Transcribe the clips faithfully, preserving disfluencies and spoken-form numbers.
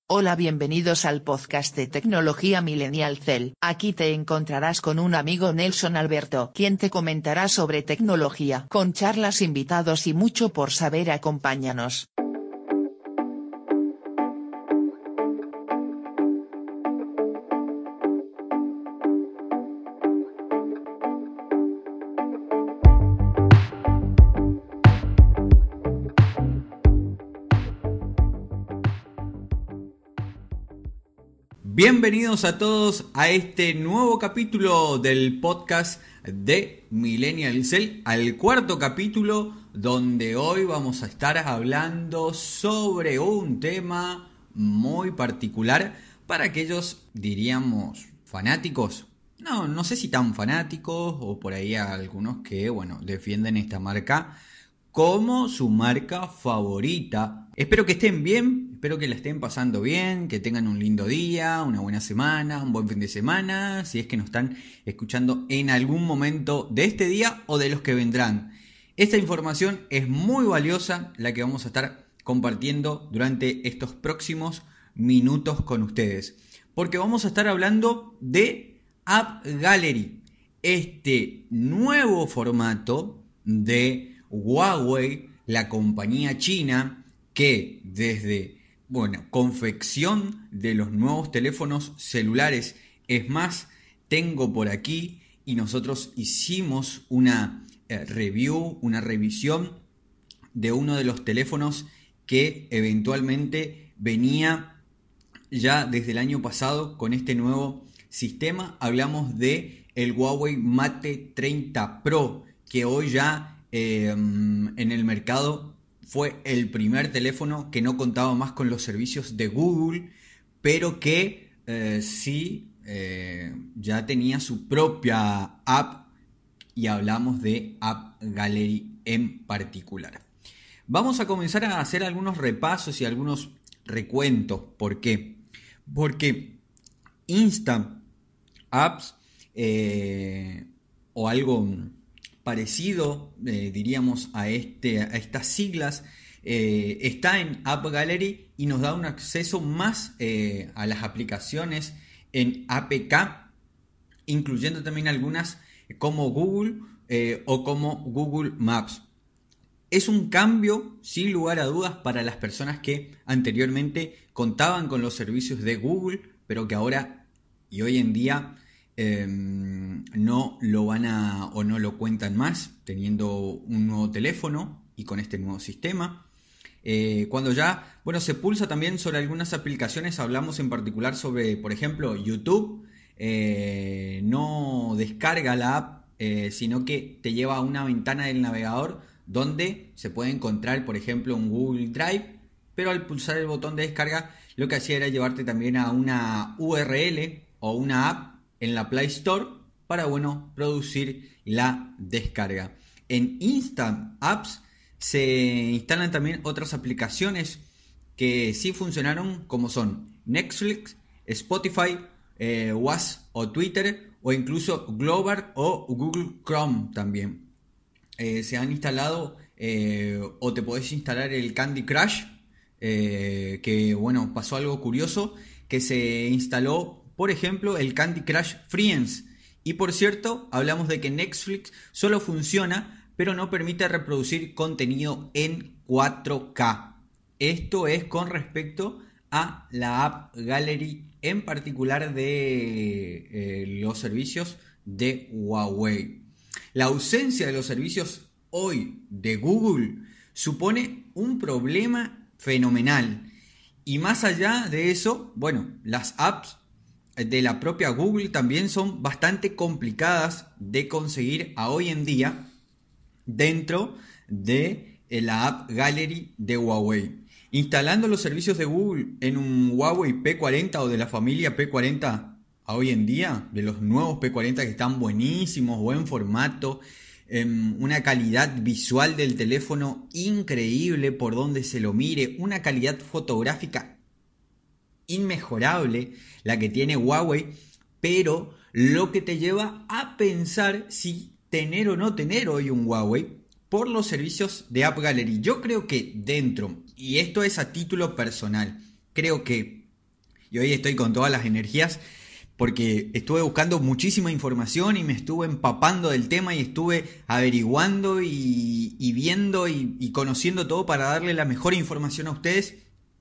Hola, bienvenidos al podcast de Tecnología Millennial Cell. Aquí te encontrarás con un amigo Nelson Alberto, quien te comentará sobre tecnología, con charlas, invitados y mucho por saber. Acompáñanos. Bienvenidos a todos a este nuevo capítulo del podcast de Millennial Cell, al cuarto capítulo donde hoy vamos a estar hablando sobre un tema muy particular para aquellos, diríamos, fanáticos. No, no sé si tan fanáticos o por ahí algunos que, bueno, defienden esta marca como su marca favorita. Espero que estén bien, espero que la estén pasando bien, que tengan un lindo día, una buena semana, un buen fin de semana, si es que nos están escuchando en algún momento de este día o de los que vendrán. Esta información es muy valiosa, la que vamos a estar compartiendo durante estos próximos minutos con ustedes, porque vamos a estar hablando de App Gallery, este nuevo formato de Huawei, la compañía china que desde, bueno, confección de los nuevos teléfonos celulares, es más, tengo por aquí y nosotros hicimos una eh, review, una revisión de uno de los teléfonos que eventualmente venía ya desde el año pasado con este nuevo sistema. Hablamos de el Huawei Mate treinta Pro, que hoy ya Eh, en el mercado fue el primer teléfono que no contaba más con los servicios de Google, pero que eh, sí eh, ya tenía su propia app, y hablamos de App Gallery en particular. Vamos a comenzar a hacer algunos repasos y algunos recuentos. ¿Por qué? Porque Insta Apps eh, o algo parecido, eh, diríamos, a, este, a estas siglas, eh, está en App Gallery y nos da un acceso más eh, a las aplicaciones en A P K, incluyendo también algunas como Google eh, o como Google Maps. Es un cambio, sin lugar a dudas, para las personas que anteriormente contaban con los servicios de Google, pero que ahora y hoy en día Eh, no lo van a o no lo cuentan más teniendo un nuevo teléfono y con este nuevo sistema. Eh, cuando ya, bueno, se pulsa también sobre algunas aplicaciones, hablamos en particular sobre, por ejemplo, YouTube, eh, no descarga la app, eh, sino que te lleva a una ventana del navegador donde se puede encontrar, por ejemplo, un Google Drive, pero al pulsar el botón de descarga lo que hacía era llevarte también a una U R L o una app en la Play Store para, bueno, producir la descarga. En Instant Apps se instalan también otras aplicaciones que sí funcionaron, como son Netflix, Spotify, eh, WhatsApp o Twitter, o incluso Globar o Google Chrome también. Eh, se han instalado eh, o te podés instalar el Candy Crush, eh, que, bueno, pasó algo curioso, que se instaló, por ejemplo, el Candy Crush Friends. Y por cierto, hablamos de que Netflix solo funciona, pero no permite reproducir contenido en cuatro K. Esto es con respecto a la App Gallery, en particular de eh, los servicios de Huawei. La ausencia de los servicios hoy de Google supone un problema fenomenal. Y más allá de eso, bueno, las apps de la propia Google también son bastante complicadas de conseguir a hoy en día dentro de la App Gallery de Huawei. Instalando los servicios de Google en un Huawei P cuarenta o de la familia P cuarenta a hoy en día, de los nuevos P cuarenta que están buenísimos, buen formato, eh, una calidad visual del teléfono increíble por donde se lo mire, una calidad fotográfica inmejorable la que tiene Huawei, pero lo que te lleva a pensar si tener o no tener hoy un Huawei por los servicios de App Gallery. Yo creo que dentro, y esto es a título personal, creo que y hoy estoy con todas las energías porque estuve buscando muchísima información y me estuve empapando del tema y estuve averiguando y, y viendo y, y conociendo todo para darle la mejor información a ustedes.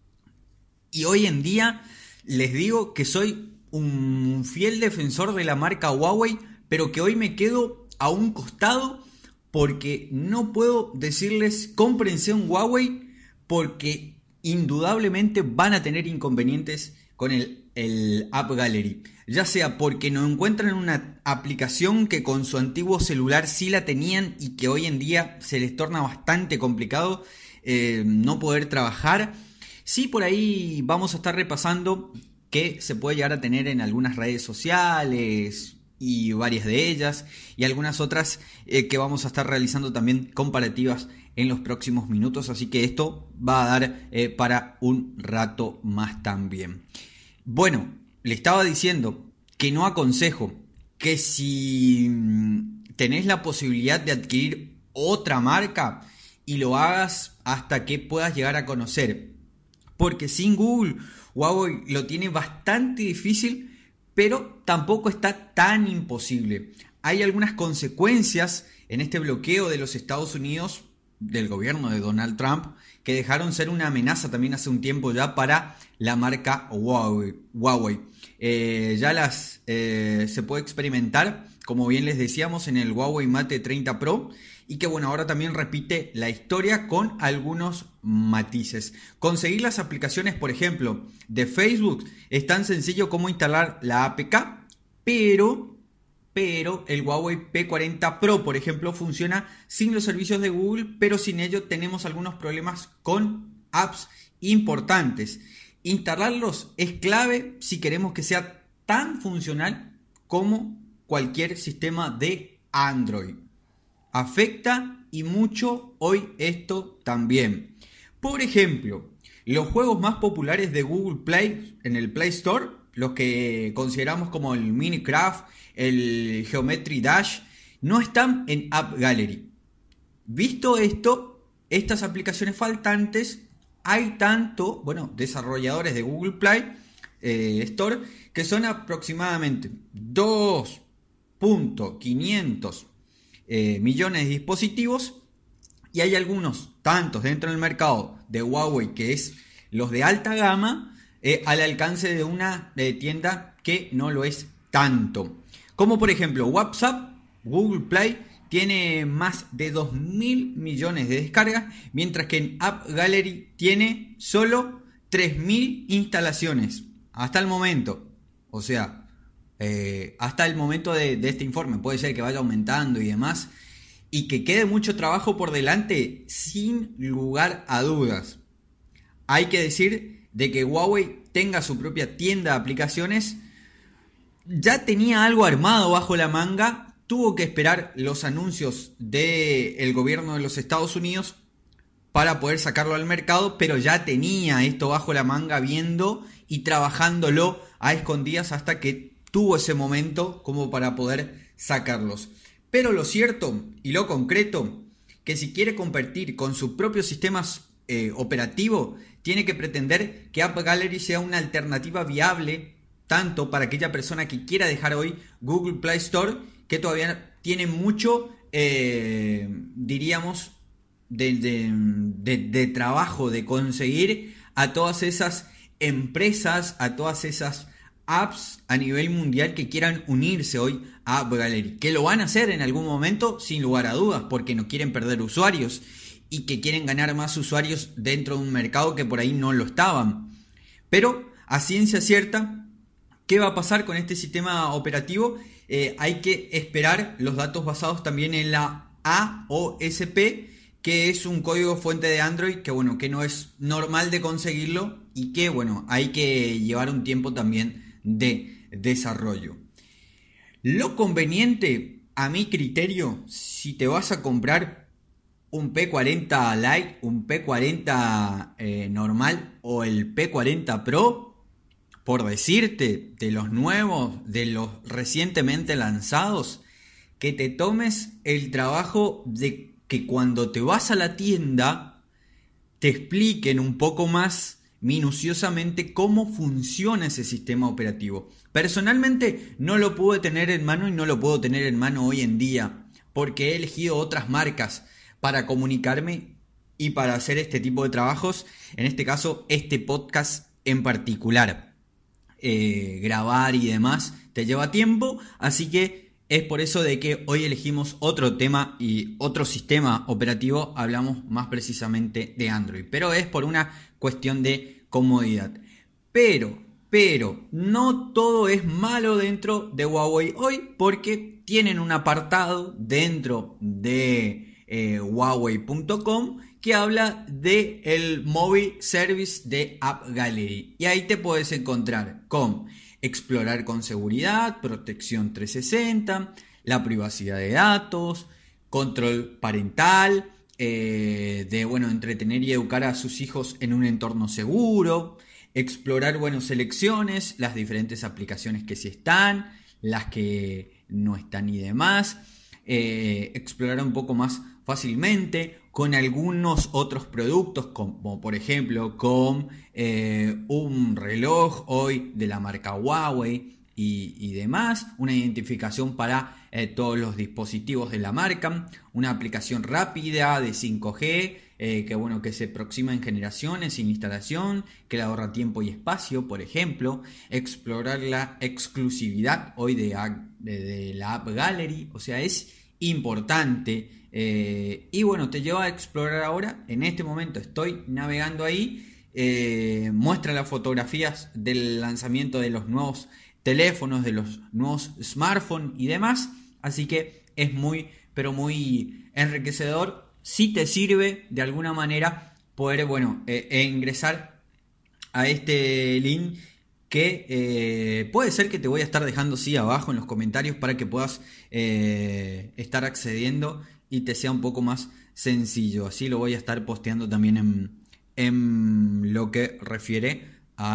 Y hoy en día les digo que soy un fiel defensor de la marca Huawei, pero que hoy me quedo a un costado porque no puedo decirles cómprense un Huawei porque indudablemente van a tener inconvenientes con el, el App Gallery. Ya sea porque no encuentran una aplicación que con su antiguo celular sí la tenían y que hoy en día se les torna bastante complicado eh, no poder trabajar. Sí, por ahí vamos a estar repasando que se puede llegar a tener en algunas redes sociales y varias de ellas y algunas otras eh, que vamos a estar realizando también comparativas en los próximos minutos, así que esto va a dar eh, para un rato más también. Bueno, le estaba diciendo que no aconsejo que si tenés la posibilidad de adquirir otra marca y lo hagas hasta que puedas llegar a conocer, porque sin Google Huawei lo tiene bastante difícil, pero tampoco está tan imposible. Hay algunas consecuencias en este bloqueo de los Estados Unidos, del gobierno de Donald Trump, que dejaron ser una amenaza también hace un tiempo ya para la marca Huawei. Huawei. Eh, ya las eh, se puede experimentar, como bien les decíamos, en el Huawei Mate treinta Pro, y que bueno, ahora también repite la historia con algunos matices. Conseguir las aplicaciones, por ejemplo, de Facebook es tan sencillo como instalar la A P K, pero... Pero el Huawei P cuarenta Pro, por ejemplo, funciona sin los servicios de Google, pero sin ello tenemos algunos problemas con apps importantes. Instalarlos es clave si queremos que sea tan funcional como cualquier sistema de Android. Afecta y mucho hoy esto también. Por ejemplo, los juegos más populares de Google Play en el Play Store, los que consideramos como el Minecraft, el Geometry Dash, no están en App Gallery. Visto esto, estas aplicaciones faltantes, hay tanto, bueno, desarrolladores de Google Play eh, Store, que son aproximadamente dos punto quinientos eh, millones de dispositivos, y hay algunos, tantos dentro del mercado de Huawei, que es los de alta gama, eh, al alcance de una eh, tienda que no lo es tanto. Como por ejemplo WhatsApp, Google Play tiene más de dos mil millones de descargas, mientras que en App Gallery tiene solo tres mil instalaciones hasta el momento. O sea, eh, hasta el momento de, de este informe. Puede ser que vaya aumentando y demás, y que quede mucho trabajo por delante, sin lugar a dudas. Hay que decir de que Huawei tenga su propia tienda de aplicaciones. Ya tenía algo armado bajo la manga, tuvo que esperar los anuncios del gobierno de los Estados Unidos para poder sacarlo al mercado, pero ya tenía esto bajo la manga viendo y trabajándolo a escondidas hasta que tuvo ese momento como para poder sacarlos. Pero lo cierto y lo concreto, que si quiere competir con su propio sistema eh, operativo, tiene que pretender que App Gallery sea una alternativa viable tanto para aquella persona que quiera dejar hoy Google Play Store, que todavía tiene mucho, eh, diríamos, de, de, de, de trabajo, de conseguir a todas esas empresas, a todas esas apps a nivel mundial que quieran unirse hoy a App Gallery, que lo van a hacer en algún momento sin lugar a dudas, porque no quieren perder usuarios y que quieren ganar más usuarios dentro de un mercado que por ahí no lo estaban. Pero a ciencia cierta, ¿qué va a pasar con este sistema operativo? Eh, hay que esperar los datos basados también en la A O S P, que es un código fuente de Android que, bueno, que no es normal de conseguirlo y que, bueno, hay que llevar un tiempo también de desarrollo. Lo conveniente, a mi criterio, si te vas a comprar un P cuarenta Lite, un P cuarenta eh, normal o el P cuarenta Pro, por decirte, de los nuevos, de los recientemente lanzados, que te tomes el trabajo de que cuando te vas a la tienda te expliquen un poco más minuciosamente cómo funciona ese sistema operativo. Personalmente no lo pude tener en mano y no lo puedo tener en mano hoy en día porque he elegido otras marcas para comunicarme y para hacer este tipo de trabajos, en este caso este podcast en particular. Eh, grabar y demás te lleva tiempo, así que es por eso de que hoy elegimos otro tema y otro sistema operativo. Hablamos más precisamente de Android, pero es por una cuestión de comodidad. Pero, pero, no todo es malo dentro de Huawei hoy, porque tienen un apartado dentro de eh, Huawei punto com que habla de el Mobile Service de App Gallery. Y ahí te puedes encontrar con explorar con seguridad, protección trescientos sesenta, la privacidad de datos, control parental, eh, de bueno, entretener y educar a sus hijos en un entorno seguro, explorar bueno, selecciones, las diferentes aplicaciones que sí están, las que no están y demás, eh, explorar un poco más fácilmente con algunos otros productos, como por ejemplo con eh, un reloj hoy de la marca Huawei y, y demás, una identificación para eh, todos los dispositivos de la marca, una aplicación rápida de cinco G eh, que bueno que se aproxima en generaciones sin instalación, que le ahorra tiempo y espacio, por ejemplo, explorar la exclusividad hoy de, de, de la App Gallery, o sea, es importante. Eh, y bueno, te lleva a explorar ahora. En este momento estoy navegando ahí. Eh, muestra las fotografías del lanzamiento de los nuevos teléfonos, de los nuevos smartphones y demás. Así que es muy, pero muy enriquecedor. Si te sirve de alguna manera poder, bueno, eh, eh, ingresar a este link que eh, puede ser que te voy a estar dejando sí abajo en los comentarios para que puedas eh, estar accediendo y te sea un poco más sencillo. Así lo voy a estar posteando también en, en lo que refiere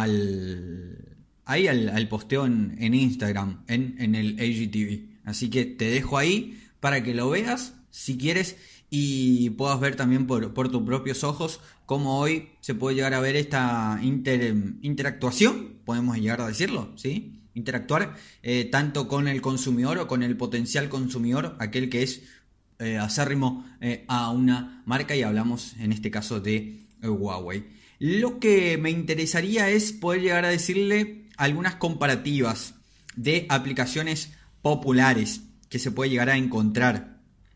al ahí al, al posteo en, en Instagram, en, en el A G T V. Así que te dejo ahí para que lo veas si quieres y puedas ver también por, por tus propios ojos cómo hoy se puede llegar a ver esta inter, interactuación, podemos llegar a decirlo, ¿sí? Interactuar eh, tanto con el consumidor o con el potencial consumidor, aquel que es eh, acérrimo eh, a una marca, y hablamos en este caso de eh, Huawei. Lo que me interesaría es poder llegar a decirle algunas comparativas de aplicaciones populares que se puede llegar a encontrar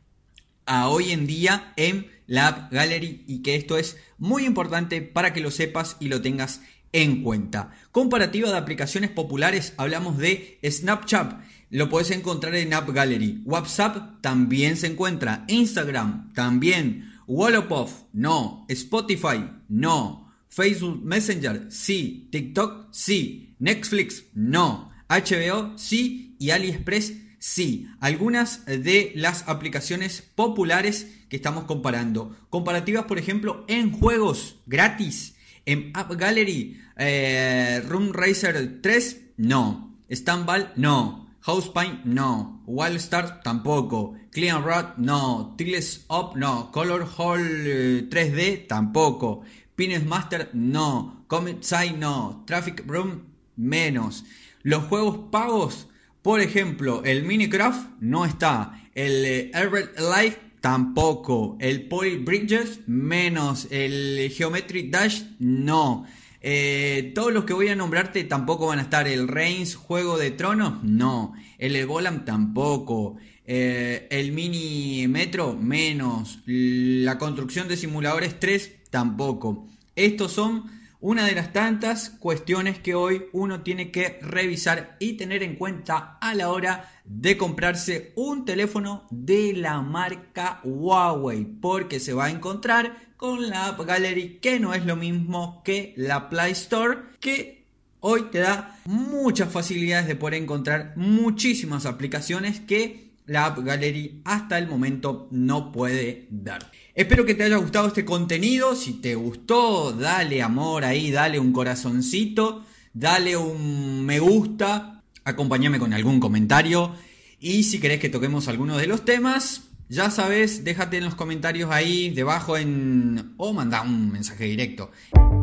a hoy en día en la App Gallery, y que esto es muy importante para que lo sepas y lo tengas en cuenta. Comparativa de aplicaciones populares, hablamos de Snapchat, lo puedes encontrar en App Gallery. WhatsApp también se encuentra, Instagram también, Wallapop no, Spotify no, Facebook Messenger sí, TikTok sí, Netflix no, H B O sí y AliExpress sí. Algunas de las aplicaciones populares que estamos comparando. Comparativas, por ejemplo, en juegos gratis. En App Gallery, eh, Room Racer tres, no. Stumble, no. Housepaint, no. Wildstar, tampoco. Clean Road, no. Tiles Up, no. Color Hall eh, tres D, tampoco. Pines Master, no. Comet Side, no. Traffic Room, menos. Los juegos pagos, por ejemplo, el Minecraft no está, el eh, Herbert Life tampoco, el Poly Bridges menos, el Geometry Dash no, eh, todos los que voy a nombrarte tampoco van a estar, el Reigns Juego de Tronos no, el Evolam tampoco, eh, el Mini Metro menos, la construcción de simuladores tres tampoco. Estos son una de las tantas cuestiones que hoy uno tiene que revisar y tener en cuenta a la hora de comprarse un teléfono de la marca Huawei, porque se va a encontrar con la App Gallery, que no es lo mismo que la Play Store, que hoy te da muchas facilidades de poder encontrar muchísimas aplicaciones que la App Gallery hasta el momento no puede dar. Espero que te haya gustado este contenido. Si te gustó, dale amor ahí, dale un corazoncito, dale un me gusta, acompáñame con algún comentario, y si querés que toquemos alguno de los temas, ya sabes, déjate en los comentarios ahí debajo en o manda un mensaje directo.